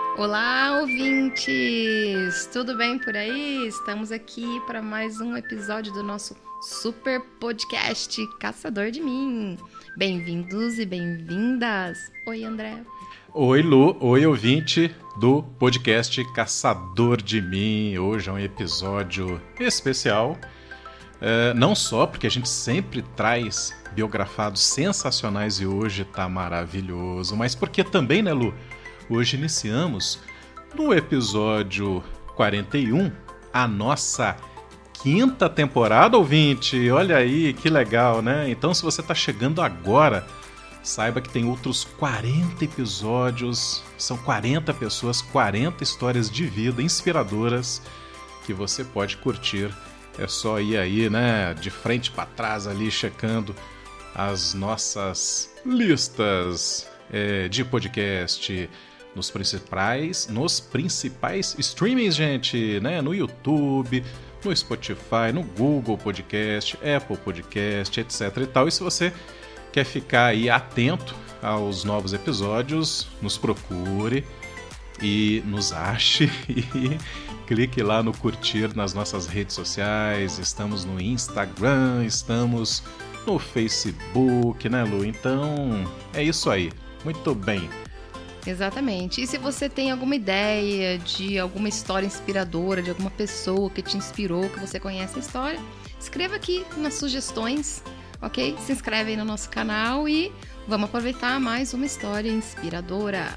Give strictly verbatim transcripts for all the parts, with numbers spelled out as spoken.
Olá, ouvintes! Tudo bem por aí? Estamos aqui para mais um episódio do nosso super podcast Caçador de Mim. Bem-vindos e bem-vindas! Oi, André. Oi, Lu. Oi, ouvinte do podcast Caçador de Mim. Hoje é um episódio especial. É, não só porque a gente sempre traz biografados sensacionais e hoje tá maravilhoso, mas porque também, né, Lu? Hoje iniciamos no episódio quarenta e um a nossa quinta temporada, ouvinte. Olha aí, que legal, né? Então, se você tá chegando agora, saiba que tem outros quarenta episódios, são quarenta pessoas, quarenta histórias de vida inspiradoras que você pode curtir. É só ir aí, né, de frente para trás ali, checando as nossas listas é, de podcast nos principais, nos principais streamings, gente, né, no YouTube, no Spotify, no Google Podcast, Apple Podcast, etc e tal. E se você quer ficar aí atento aos novos episódios, nos procure e nos ache e clique lá no curtir nas nossas redes sociais. Estamos no Instagram, estamos no Facebook, né, Lu? Então, é isso aí. Muito bem. Exatamente. E se você tem alguma ideia de alguma história inspiradora, de alguma pessoa que te inspirou, que você conhece a história, escreva aqui nas sugestões, ok? Se inscreve aí no nosso canal e vamos aproveitar mais uma história inspiradora.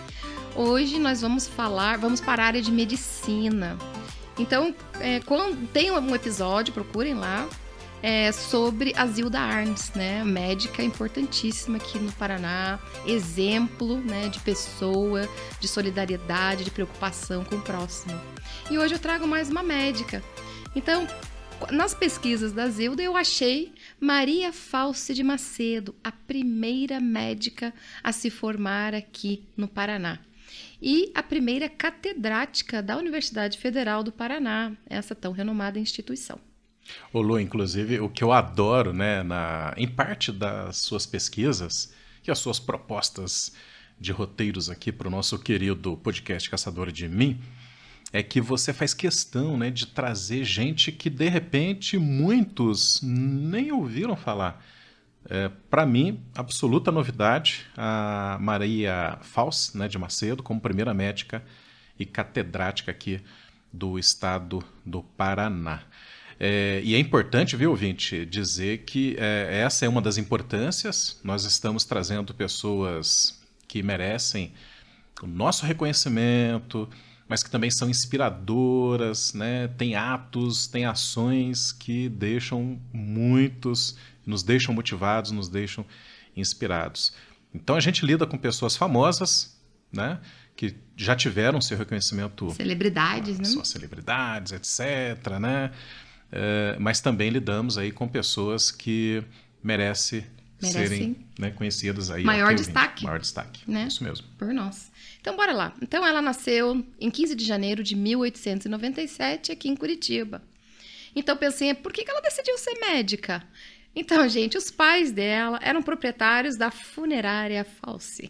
Hoje nós vamos falar, vamos para a área de medicina. Então, é, quando tem um episódio, procurem lá, é, sobre a Zilda Arnes, né? Médica importantíssima aqui no Paraná, exemplo, né, de pessoa, de solidariedade, de preocupação com o próximo. E hoje eu trago mais uma médica. Então, nas pesquisas da Zilda, eu achei Maria Falce de Macedo, a primeira médica a se formar aqui no Paraná. E a primeira catedrática da Universidade Federal do Paraná, essa tão renomada instituição. Ô Lu, inclusive, o que eu adoro, né, na, em parte das suas pesquisas e as suas propostas de roteiros aqui para o nosso querido podcast Caçador de Mim, é que você faz questão, né, de trazer gente que, de repente, muitos nem ouviram falar. É, para mim, absoluta novidade, a Maria Falce, né, de Macedo, como primeira médica e catedrática aqui do estado do Paraná. É, e é importante, viu, ouvinte, dizer que é, essa é uma das importâncias. Nós estamos trazendo pessoas que merecem o nosso reconhecimento, mas que também são inspiradoras, né? Tem atos, tem ações que deixam muitos, nos deixam motivados, nos deixam inspirados. Então a gente lida com pessoas famosas, né? Que já tiveram seu reconhecimento, celebridades, né? Suas celebridades, etc, né? Uh, mas também lidamos aí com pessoas que merecem Merece. serem, né, conhecidas aí. Maior destaque. Maior destaque, né? Isso mesmo. Por nós. Então, bora lá. Então, ela nasceu em quinze de janeiro de mil oitocentos e noventa e sete aqui em Curitiba. Então, pensei, por que ela decidiu ser médica? Então, gente, os pais dela eram proprietários da funerária Falce,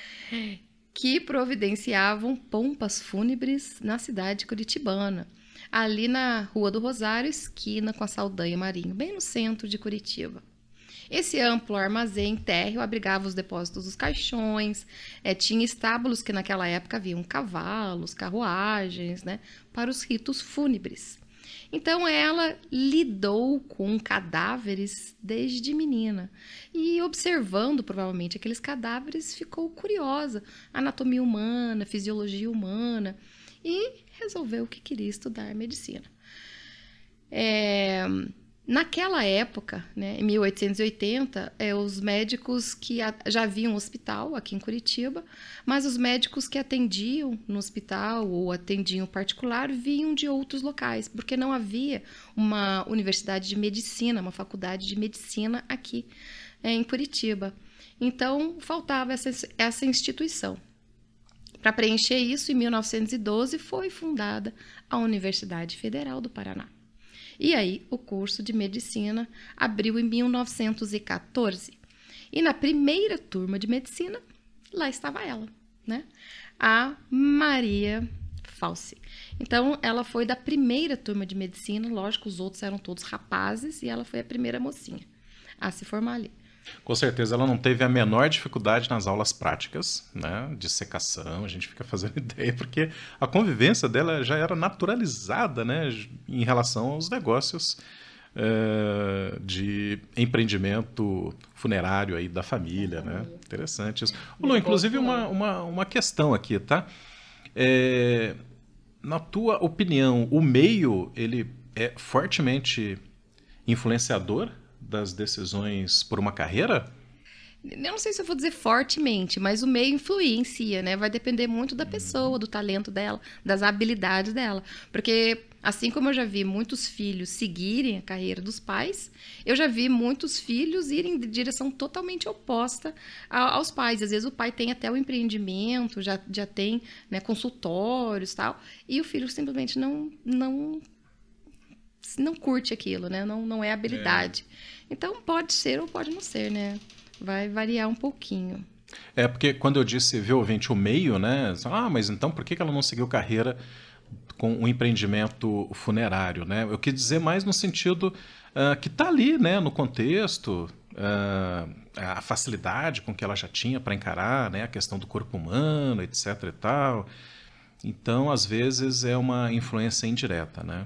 que providenciavam pompas fúnebres na cidade curitibana, ali na Rua do Rosário, esquina com a Saldanha Marinho, bem no centro de Curitiba. Esse amplo armazém térreo abrigava os depósitos dos caixões, é, tinha estábulos que naquela época haviam cavalos, carruagens, né, para os ritos fúnebres. Então ela lidou com cadáveres desde menina e observando provavelmente aqueles cadáveres ficou curiosa, anatomia humana, fisiologia humana, e resolveu que queria estudar medicina. É, naquela época, né, em mil oitocentos e oitenta, é, os médicos que a, já haviam um hospital aqui em Curitiba, mas os médicos que atendiam no hospital ou atendiam particular vinham de outros locais, porque não havia uma universidade de medicina, uma faculdade de medicina aqui é, em Curitiba. Então, faltava essa, essa instituição. Para preencher isso, em mil novecentos e doze, foi fundada a Universidade Federal do Paraná. E aí, o curso de medicina abriu em mil novecentos e quatorze. E na primeira turma de medicina, lá estava ela, né? a Maria Falsi. Então, ela foi da primeira turma de medicina, lógico, os outros eram todos rapazes, e ela foi a primeira mocinha a se formar ali. Com certeza ela não teve a menor dificuldade nas aulas práticas, né, de secação, a gente fica fazendo ideia, porque a convivência dela já era naturalizada, né, em relação aos negócios é, de empreendimento funerário aí da família, né? Interessante isso. Lu, inclusive uma, uma, uma questão aqui, tá? É, na tua opinião, o meio ele é fortemente influenciador das decisões por uma carreira? Eu não sei se eu vou dizer fortemente, mas o meio influencia, né? Vai depender muito da pessoa, do talento dela, das habilidades dela. Porque, assim como eu já vi muitos filhos seguirem a carreira dos pais, eu já vi muitos filhos irem de direção totalmente oposta aos pais. Às vezes o pai tem até o empreendimento, já, já tem, né, consultórios e tal, e o filho simplesmente não, não, não curte aquilo, né? Não, não é habilidade. É. Então, pode ser ou pode não ser, né? Vai variar um pouquinho. É, porque quando eu disse, viu, ouvinte, o meio, né? Ah, mas então por que ela não seguiu carreira com um empreendimento funerário, né? Eu quis dizer mais no sentido uh, que está ali, né, no contexto, uh, a facilidade com que ela já tinha para encarar, né, a questão do corpo humano, etc e tal. Então, às vezes, é uma influência indireta, né?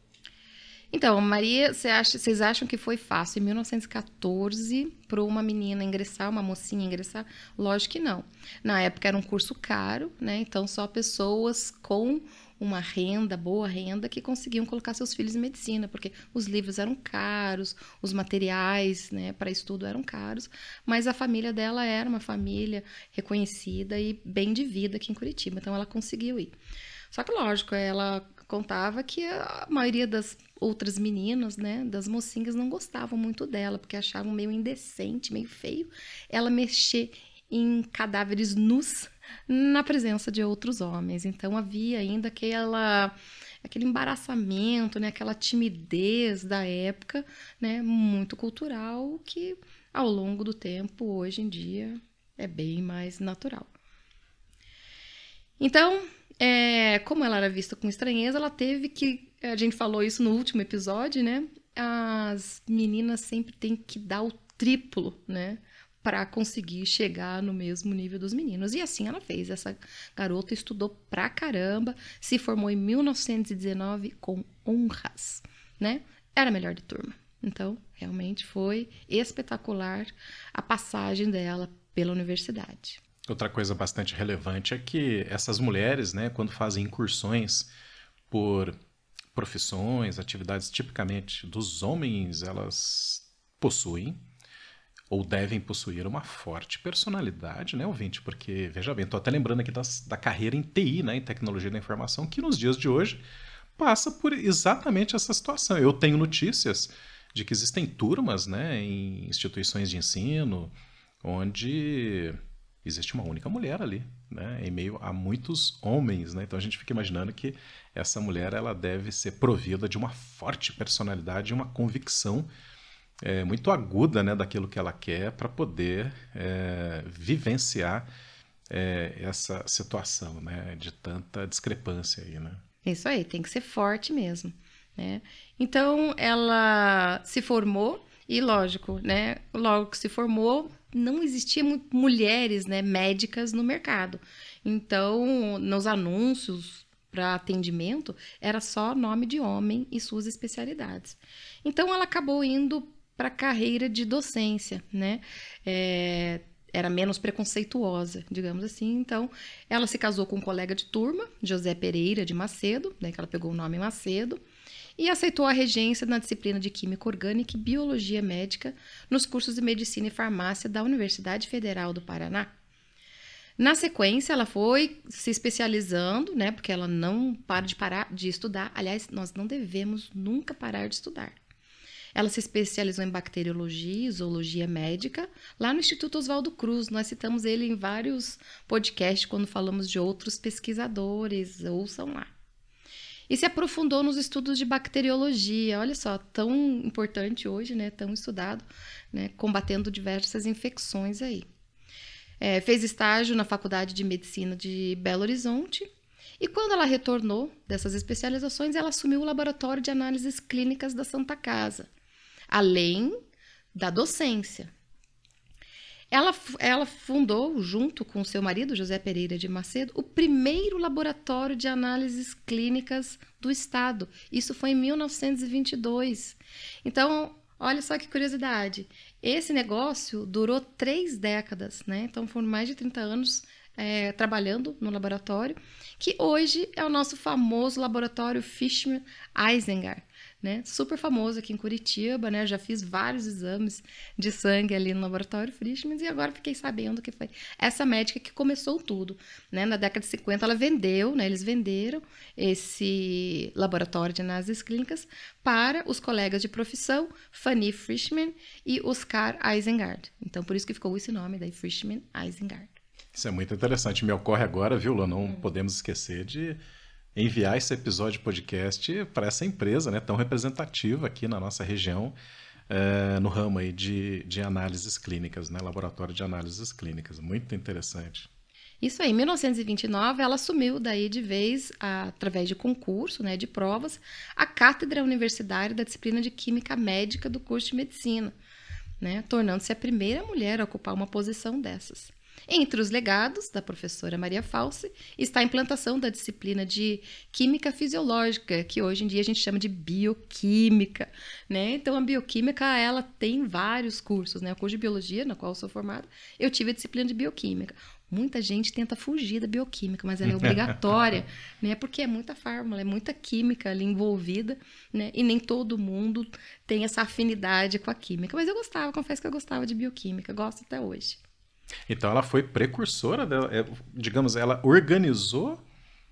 Então, Maria, cê acha, vocês acham que foi fácil em mil novecentos e quatorze para uma menina ingressar, uma mocinha ingressar? Lógico que não. Na época era um curso caro, né? Então só pessoas com uma renda, boa renda, que conseguiam colocar seus filhos em medicina, porque os livros eram caros, os materiais, né, para estudo eram caros, mas a família dela era uma família reconhecida e bem de vida aqui em Curitiba, então ela conseguiu ir. Só que, lógico, ela contava que a maioria das outras meninas, né, das mocinhas, não gostavam muito dela, porque achavam meio indecente, meio feio ela mexer em cadáveres nus na presença de outros homens. Então, havia ainda aquela, aquele embaraçamento, né, aquela timidez da época, né, muito cultural, que ao longo do tempo, hoje em dia, é bem mais natural. Então, É, como ela era vista com estranheza, ela teve que... A gente falou isso no último episódio, né? As meninas sempre têm que dar o triplo, né? Para conseguir chegar no mesmo nível dos meninos. E assim ela fez. Essa garota estudou pra caramba, se formou em mil novecentos e dezenove com honras, né? Era a melhor de turma. Então, realmente foi espetacular a passagem dela pela universidade. Outra coisa bastante relevante é que essas mulheres, né, quando fazem incursões por profissões, atividades tipicamente dos homens, elas possuem ou devem possuir uma forte personalidade, né, ouvinte? Porque, veja bem, estou até lembrando aqui das, da carreira em T I, né, em tecnologia da informação, que nos dias de hoje passa por exatamente essa situação. Eu tenho notícias de que existem turmas, né, em instituições de ensino, onde existe uma única mulher ali, né, em meio a muitos homens, né? Então a gente fica imaginando que essa mulher ela deve ser provida de uma forte personalidade e uma convicção é, muito aguda, né, daquilo que ela quer para poder é, vivenciar é, essa situação, né, de tanta discrepância aí, né? Isso aí, tem que ser forte mesmo, né? Então ela se formou e, lógico, né, logo que se formou, não existiam mulheres, né, médicas no mercado. Então, nos anúncios para atendimento, era só nome de homem e suas especialidades. Então, ela acabou indo para a carreira de docência, né? É, era menos preconceituosa, digamos assim. Então, ela se casou com um colega de turma, José Pereira de Macedo, né, que ela pegou o nome Macedo, e aceitou a regência na disciplina de Química Orgânica e Biologia Médica nos cursos de Medicina e Farmácia da Universidade Federal do Paraná. Na sequência, ela foi se especializando, né, porque ela não para de parar de estudar. Aliás, nós não devemos nunca parar de estudar. Ela se especializou em bacteriologia e zoologia médica lá no Instituto Oswaldo Cruz. Nós citamos ele em vários podcasts quando falamos de outros pesquisadores. Ouçam lá. E se aprofundou nos estudos de bacteriologia, olha só, tão importante hoje, né, tão estudado, né, combatendo diversas infecções aí. É, fez estágio na Faculdade de Medicina de Belo Horizonte. E quando ela retornou dessas especializações, ela assumiu o Laboratório de Análises Clínicas da Santa Casa, além da docência. Ela, ela fundou, junto com seu marido, José Pereira de Macedo, o primeiro laboratório de análises clínicas do Estado. Isso foi em mil novecentos e vinte e dois. Então, olha só que curiosidade. Esse negócio durou três décadas, né? Então, foram mais de trinta anos é, trabalhando no laboratório, que hoje é o nosso famoso laboratório Fishman-Isengard, né? Super famoso aqui em Curitiba, né? Já fiz vários exames de sangue ali no laboratório Fishman e agora fiquei sabendo que foi essa médica que começou tudo, né? Na década de cinquenta ela vendeu, né? Eles venderam esse laboratório de análises clínicas para os colegas de profissão Fanny Fishman e Oscar Isengard. Então por isso que ficou esse nome daí, Fishman-Isengard. Isso é muito interessante. Me ocorre agora, viu, Lô? Não hum. podemos esquecer de enviar esse episódio de podcast para essa empresa, né, tão representativa aqui na nossa região, é, no ramo aí de, de análises clínicas, né, laboratório de análises clínicas. Muito interessante. Isso aí, em mil novecentos e vinte e nove, ela assumiu daí de vez, a, através de concurso, né, de provas, a cátedra universitária da disciplina de Química Médica do curso de Medicina, né, tornando-se a primeira mulher a ocupar uma posição dessas. Entre os legados da professora Maria Falce está a implantação da disciplina de Química Fisiológica, que hoje em dia a gente chama de Bioquímica, né? Então, a Bioquímica, ela tem vários cursos, né? O curso de Biologia, na qual eu sou formada, eu tive a disciplina de Bioquímica. Muita gente tenta fugir da Bioquímica, mas ela é obrigatória, né? Porque é muita fórmula, é muita química ali envolvida, né? E nem todo mundo tem essa afinidade com a química. Mas eu gostava, confesso que eu gostava de Bioquímica, gosto até hoje. Então ela foi precursora, dela, digamos, ela organizou,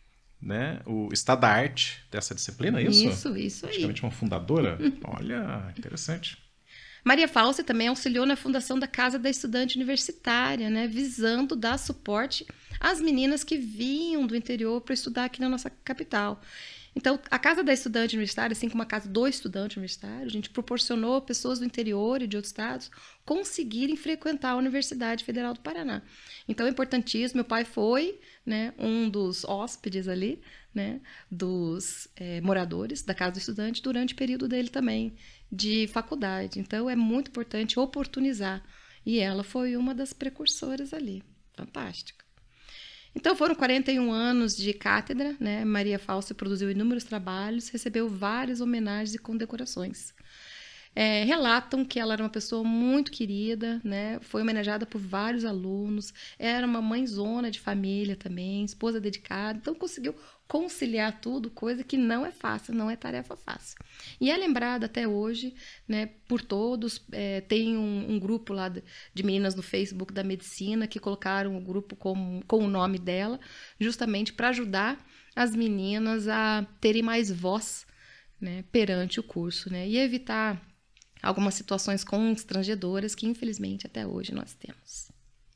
né, o estado da arte dessa disciplina, é isso? Isso, isso aí. Praticamente uma fundadora? Olha, interessante. Maria Falce também auxiliou na fundação da Casa da Estudante Universitária, né, visando dar suporte às meninas que vinham do interior para estudar aqui na nossa capital. Então, a Casa da Estudante Universitária, assim como a Casa do Estudante Universitário, a gente proporcionou pessoas do interior e de outros estados conseguirem frequentar a Universidade Federal do Paraná. Então, é importantíssimo. Meu pai foi, né, um dos hóspedes ali, né, dos é, moradores da Casa do Estudante durante o período dele também de faculdade. Então, é muito importante oportunizar. E ela foi uma das precursoras ali. Fantástica. Então, foram quarenta e um anos de cátedra, né? Maria Falce produziu inúmeros trabalhos, recebeu várias homenagens e condecorações. É, relatam que ela era uma pessoa muito querida, né? Foi homenageada por vários alunos, era uma mãezona de família também, esposa dedicada, então conseguiu conciliar tudo, coisa que não é fácil, não é tarefa fácil. E é lembrada até hoje, né, por todos. É, tem um, um grupo lá de, de meninas no Facebook da medicina que colocaram o grupo com, com o nome dela, justamente para ajudar as meninas a terem mais voz, né, perante o curso, né, e evitar algumas situações constrangedoras que, infelizmente, até hoje nós temos.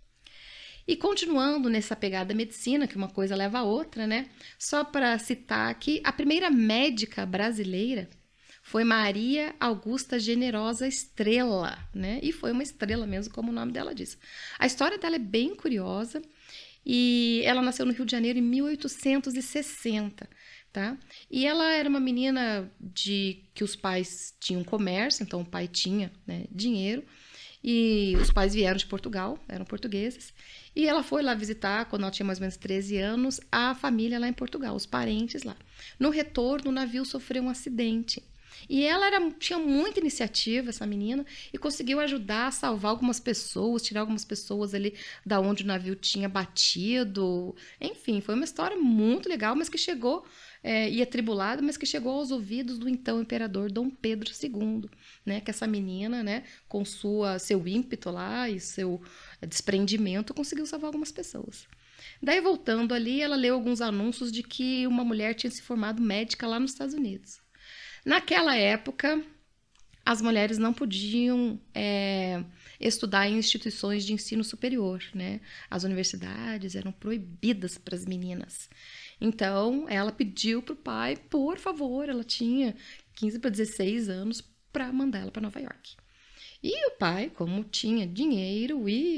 E continuando nessa pegada medicina, que uma coisa leva a outra, né? Só para citar aqui, a primeira médica brasileira foi Maria Augusta Generosa Estrela, né? E foi uma estrela mesmo, como o nome dela diz. A história dela é bem curiosa e ela nasceu no Rio de Janeiro em mil oitocentos e sessenta. Tá? E ela era uma menina de que os pais tinham comércio, então o pai tinha, né, dinheiro, e os pais vieram de Portugal, eram portugueses, e ela foi lá visitar, quando ela tinha mais ou menos treze anos, a família lá em Portugal, os parentes lá. No retorno, o navio sofreu um acidente. E ela era, tinha muita iniciativa, essa menina, e conseguiu ajudar a salvar algumas pessoas, tirar algumas pessoas ali da onde o navio tinha batido. Enfim, foi uma história muito legal, mas que chegou, é, e atribulada, mas que chegou aos ouvidos do então imperador Dom Pedro segundo, né? Que essa menina, né, com sua, seu ímpeto lá e seu desprendimento, conseguiu salvar algumas pessoas. Daí, voltando ali, ela leu alguns anúncios de que uma mulher tinha se formado médica lá nos Estados Unidos. Naquela época, as mulheres não podiam é, estudar em instituições de ensino superior, né? As universidades eram proibidas para as meninas. Então, ela pediu para o pai, por favor, ela tinha quinze para dezesseis anos, para mandar ela para Nova York. E o pai, como tinha dinheiro e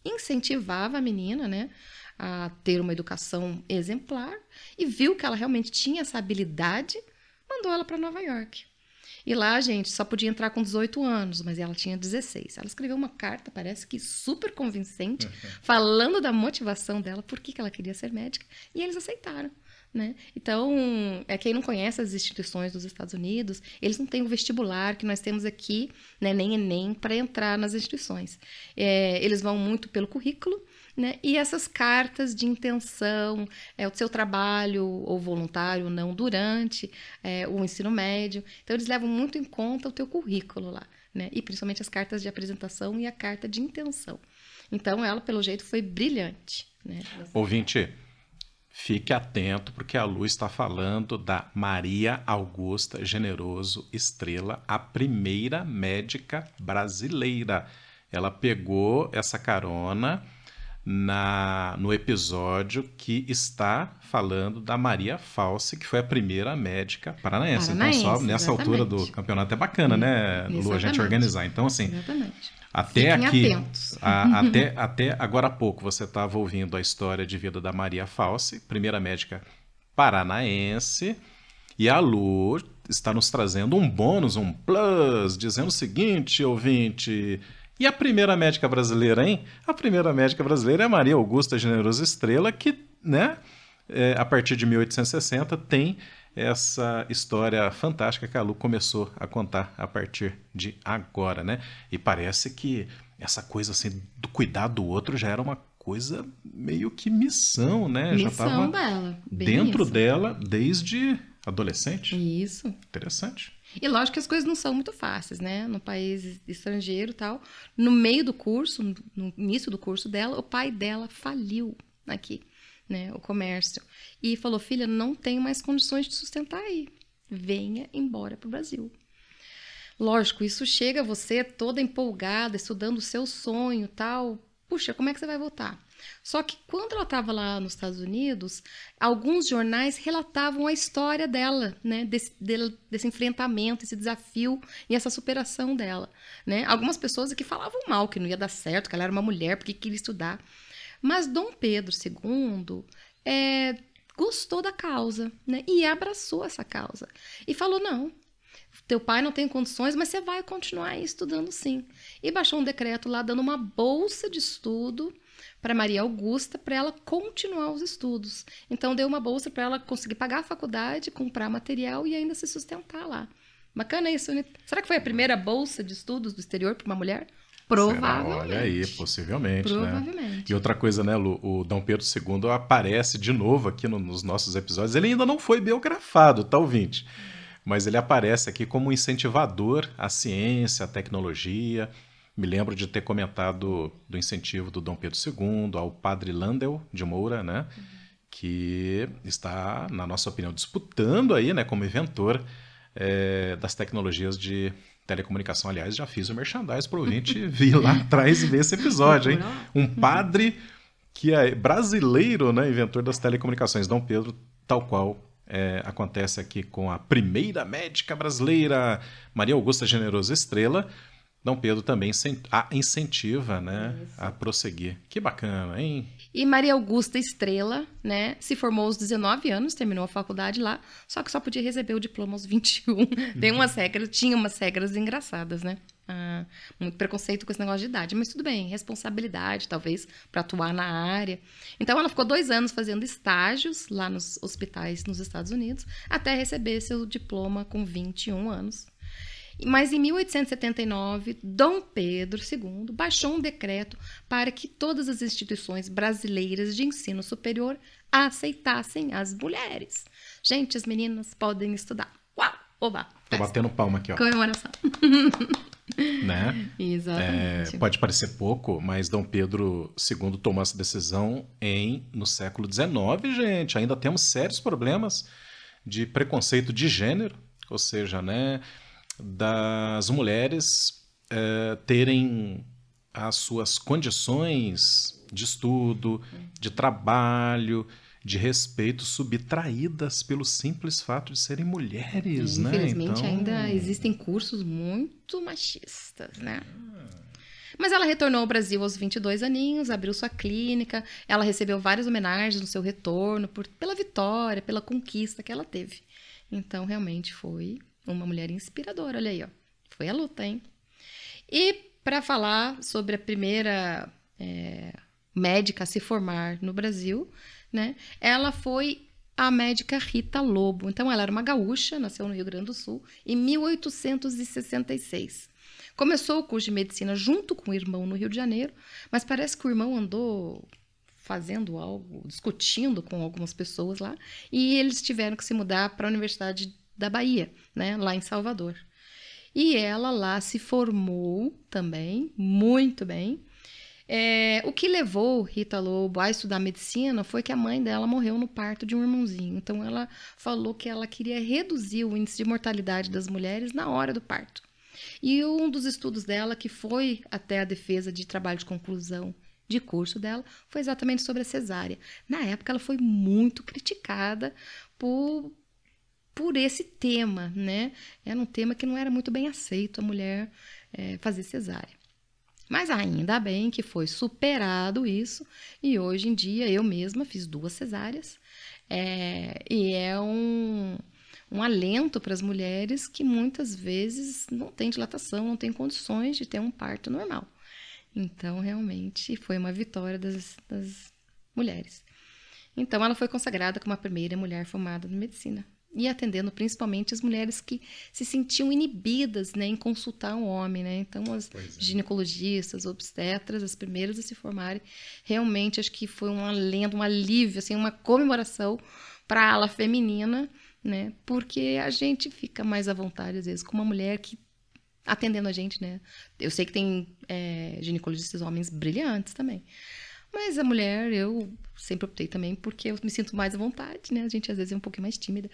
incentivava a menina, né, a ter uma educação exemplar, e viu que ela realmente tinha essa habilidade, mandou ela para Nova York. E lá, gente, só podia entrar com dezoito anos, mas ela tinha dezesseis. Ela escreveu uma carta, parece que super convincente, falando da motivação dela, por que que ela queria ser médica, e eles aceitaram. Né? Então, é, quem não conhece as instituições dos Estados Unidos, eles não têm o vestibular que nós temos aqui, né, nem Enem, para entrar nas instituições. É, eles vão muito pelo currículo, né, e essas cartas de intenção, é, o seu trabalho, ou voluntário ou não, durante é, o ensino médio. Então, eles levam muito em conta o teu currículo lá, né, e principalmente as cartas de apresentação e a carta de intenção. Então, ela, pelo jeito, foi brilhante. Né? Ouvinte, fique atento, porque a Lu está falando da Maria Augusta Generoso Estrela, a primeira médica brasileira. Ela pegou essa carona na, no episódio que está falando da Maria False, que foi a primeira médica paranaense. Paranaense, então, só nessa exatamente. altura do campeonato é bacana, né, Lu, a gente organizar. Então, assim, exatamente. até Fiquem aqui, atentos. a, até, até agora há pouco, você estava ouvindo a história de vida da Maria False, primeira médica paranaense, e a Lu está nos trazendo um bônus, um plus, dizendo o seguinte, ouvinte: e a primeira médica brasileira, hein? A primeira médica brasileira é a Maria Augusta Generoso Estrela, que, né, é, a partir de mil oitocentos e sessenta tem essa história fantástica que a Lu começou a contar a partir de agora, né? E parece que essa coisa assim do cuidar do outro já era uma coisa meio que missão, né? Missão já estava dela, bem dentro isso. dela desde adolescente. Isso. Interessante. E lógico que as coisas não são muito fáceis, né? No país estrangeiro e tal. No meio do curso, no início do curso dela, o pai dela faliu aqui, né? O comércio. E falou: filha, não tenho mais condições de sustentar aí. Venha embora para o Brasil. Lógico, isso chega a você toda empolgada, estudando o seu sonho e tal. Puxa, como é que você vai voltar? Só que quando ela estava lá nos Estados Unidos, alguns jornais relatavam a história dela, né? Desse, dele, desse enfrentamento, esse desafio e essa superação dela, né? Algumas pessoas aqui falavam mal, que não ia dar certo, que ela era uma mulher, porque queria estudar. Mas Dom Pedro segundo é, gostou da causa, né? E abraçou essa causa. E falou: não, teu pai não tem condições, mas você vai continuar aí estudando sim. E baixou um decreto lá dando uma bolsa de estudo para Maria Augusta, para ela continuar os estudos. Então, deu uma bolsa para ela conseguir pagar a faculdade, comprar material e ainda se sustentar lá. Bacana isso, né? Será que foi a primeira bolsa de estudos do exterior para uma mulher? Provavelmente. Será? Olha aí, possivelmente, Provavelmente. né? E outra coisa, né, Lu, o Dom Pedro segundo aparece de novo aqui no, nos nossos episódios. Ele ainda não foi biografado, tá, ouvinte? Mas ele aparece aqui como incentivador à ciência, à tecnologia. Me lembro de ter comentado do incentivo do Dom Pedro segundo ao padre Landel de Moura, né? Uhum. Que está, na nossa opinião, disputando aí, né, como inventor é, das tecnologias de telecomunicação. Aliás, já fiz o merchandise para o ouvinte vir lá atrás e ver esse episódio, hein? Um padre que é brasileiro, né, inventor das telecomunicações, Dom Pedro, tal qual é, acontece aqui com a primeira médica brasileira, Maria Augusta Generoso Estrela. Dom Pedro também a incentiva, né, a prosseguir. Que bacana, hein? E Maria Augusta Estrela, né, se formou aos dezenove anos, terminou a faculdade lá, só que só podia receber o diploma aos vinte e um. Tem umas regras, tinha umas regras engraçadas, né? Ah, muito preconceito com esse negócio de idade, mas tudo bem, responsabilidade, talvez, para atuar na área. Então, ela ficou dois anos fazendo estágios lá nos hospitais nos Estados Unidos, até receber seu diploma com vinte e um anos. Mas em mil oitocentos e setenta e nove, Dom Pedro segundo baixou um decreto para que todas as instituições brasileiras de ensino superior aceitassem as mulheres. Gente, as meninas podem estudar. Uau! Oba! Tô batendo palma aqui, ó. Comemoração. Né? Exatamente. É, pode parecer pouco, mas Dom Pedro segundo tomou essa decisão em, no século dezenove, gente. Ainda temos sérios problemas de preconceito de gênero, ou seja, né, das mulheres é, terem as suas condições de estudo, de trabalho, de respeito subtraídas pelo simples fato de serem mulheres, né? Infelizmente, então... ainda existem cursos muito machistas, né? Mas ela retornou ao Brasil aos vinte e dois aninhos, abriu sua clínica, ela recebeu várias homenagens no seu retorno, por, pela vitória, pela conquista que ela teve. Então, realmente foi uma mulher inspiradora, olha aí, ó. Foi a luta, hein? E para falar sobre a primeira é, médica a se formar no Brasil, né, ela foi a médica Rita Lobo. Então, ela era uma gaúcha, nasceu no Rio Grande do Sul, em mil oitocentos e sessenta e seis. Começou o curso de medicina junto com o irmão no Rio de Janeiro, mas parece que o irmão andou fazendo algo, discutindo com algumas pessoas lá, e eles tiveram que se mudar para a Universidade da Bahia, né, lá em Salvador. E ela lá se formou também, muito bem. É, o que levou Rita Lobo a estudar medicina foi que a mãe dela morreu no parto de um irmãozinho. Então, ela falou que ela queria reduzir o índice de mortalidade das mulheres na hora do parto. E um dos estudos dela, que foi até a defesa de trabalho de conclusão de curso dela, foi exatamente sobre a cesárea. Na época, ela foi muito criticada por, por esse tema, né? Era um tema que não era muito bem aceito a mulher é, fazer cesárea. Mas ainda bem que foi superado isso, e hoje em dia eu mesma fiz duas cesáreas, é, e é um, um alento para as mulheres que muitas vezes não têm dilatação, não têm condições de ter um parto normal. Então, realmente, foi uma vitória das, das mulheres. Então, ela foi consagrada como a primeira mulher formada em medicina. E atendendo principalmente as mulheres que se sentiam inibidas, né, em consultar um homem, né? Então, as é. ginecologistas, obstetras, as primeiras a se formarem, realmente acho que foi um alento, um alívio, assim, uma comemoração para a ala feminina, né? Porque a gente fica mais à vontade, às vezes, com uma mulher que atendendo a gente, né? Eu sei que tem é, ginecologistas homens brilhantes também. Mas a mulher, eu sempre optei também porque eu me sinto mais à vontade, né? A gente às vezes é um pouquinho mais tímida.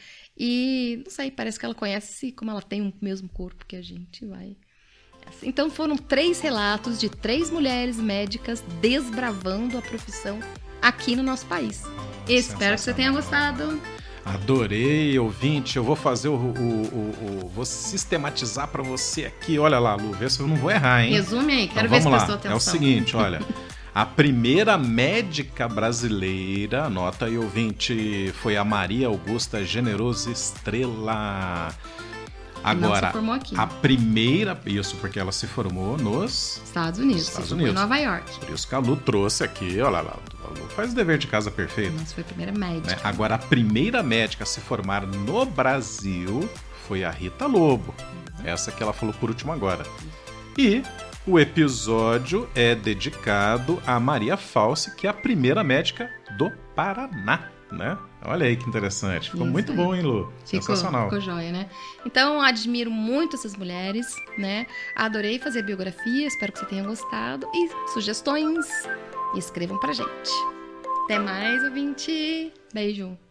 E, não sei, parece que ela conhece como ela tem o mesmo corpo que a gente, vai. Então foram três relatos de três mulheres médicas desbravando a profissão aqui no nosso país. Espero que você tenha gostado. Adorei, ouvinte. Eu vou fazer o... o, o, o vou sistematizar para você aqui. Olha lá, Lu, vê se eu não vou errar, hein? Resume aí, quero então, ver se lá. prestou atenção. É o seguinte, olha... A primeira médica brasileira, anota aí, ouvinte, foi a Maria Augusta Generoso Estrela. Agora, se formou aqui. A primeira, isso porque ela se formou nos Estados Unidos, Estados se Unidos. Em Nova York. Por isso que a Lu trouxe aqui, olha lá, a Lu faz o dever de casa perfeito. Nossa, foi a primeira médica. Né? Agora, a primeira médica a se formar no Brasil foi a Rita Lobo. Uhum. Essa que ela falou por último agora. E o episódio é dedicado a Maria Falce, que é a primeira médica do Paraná, né? Olha aí que interessante. Ficou Isso muito aí. Bom, hein, Lu? Ficou, sensacional. Ficou joia, né? Então, admiro muito essas mulheres, né? Adorei fazer a biografia, espero que você tenha gostado. E sugestões, escrevam pra gente. Até mais, ouvinte. Beijo.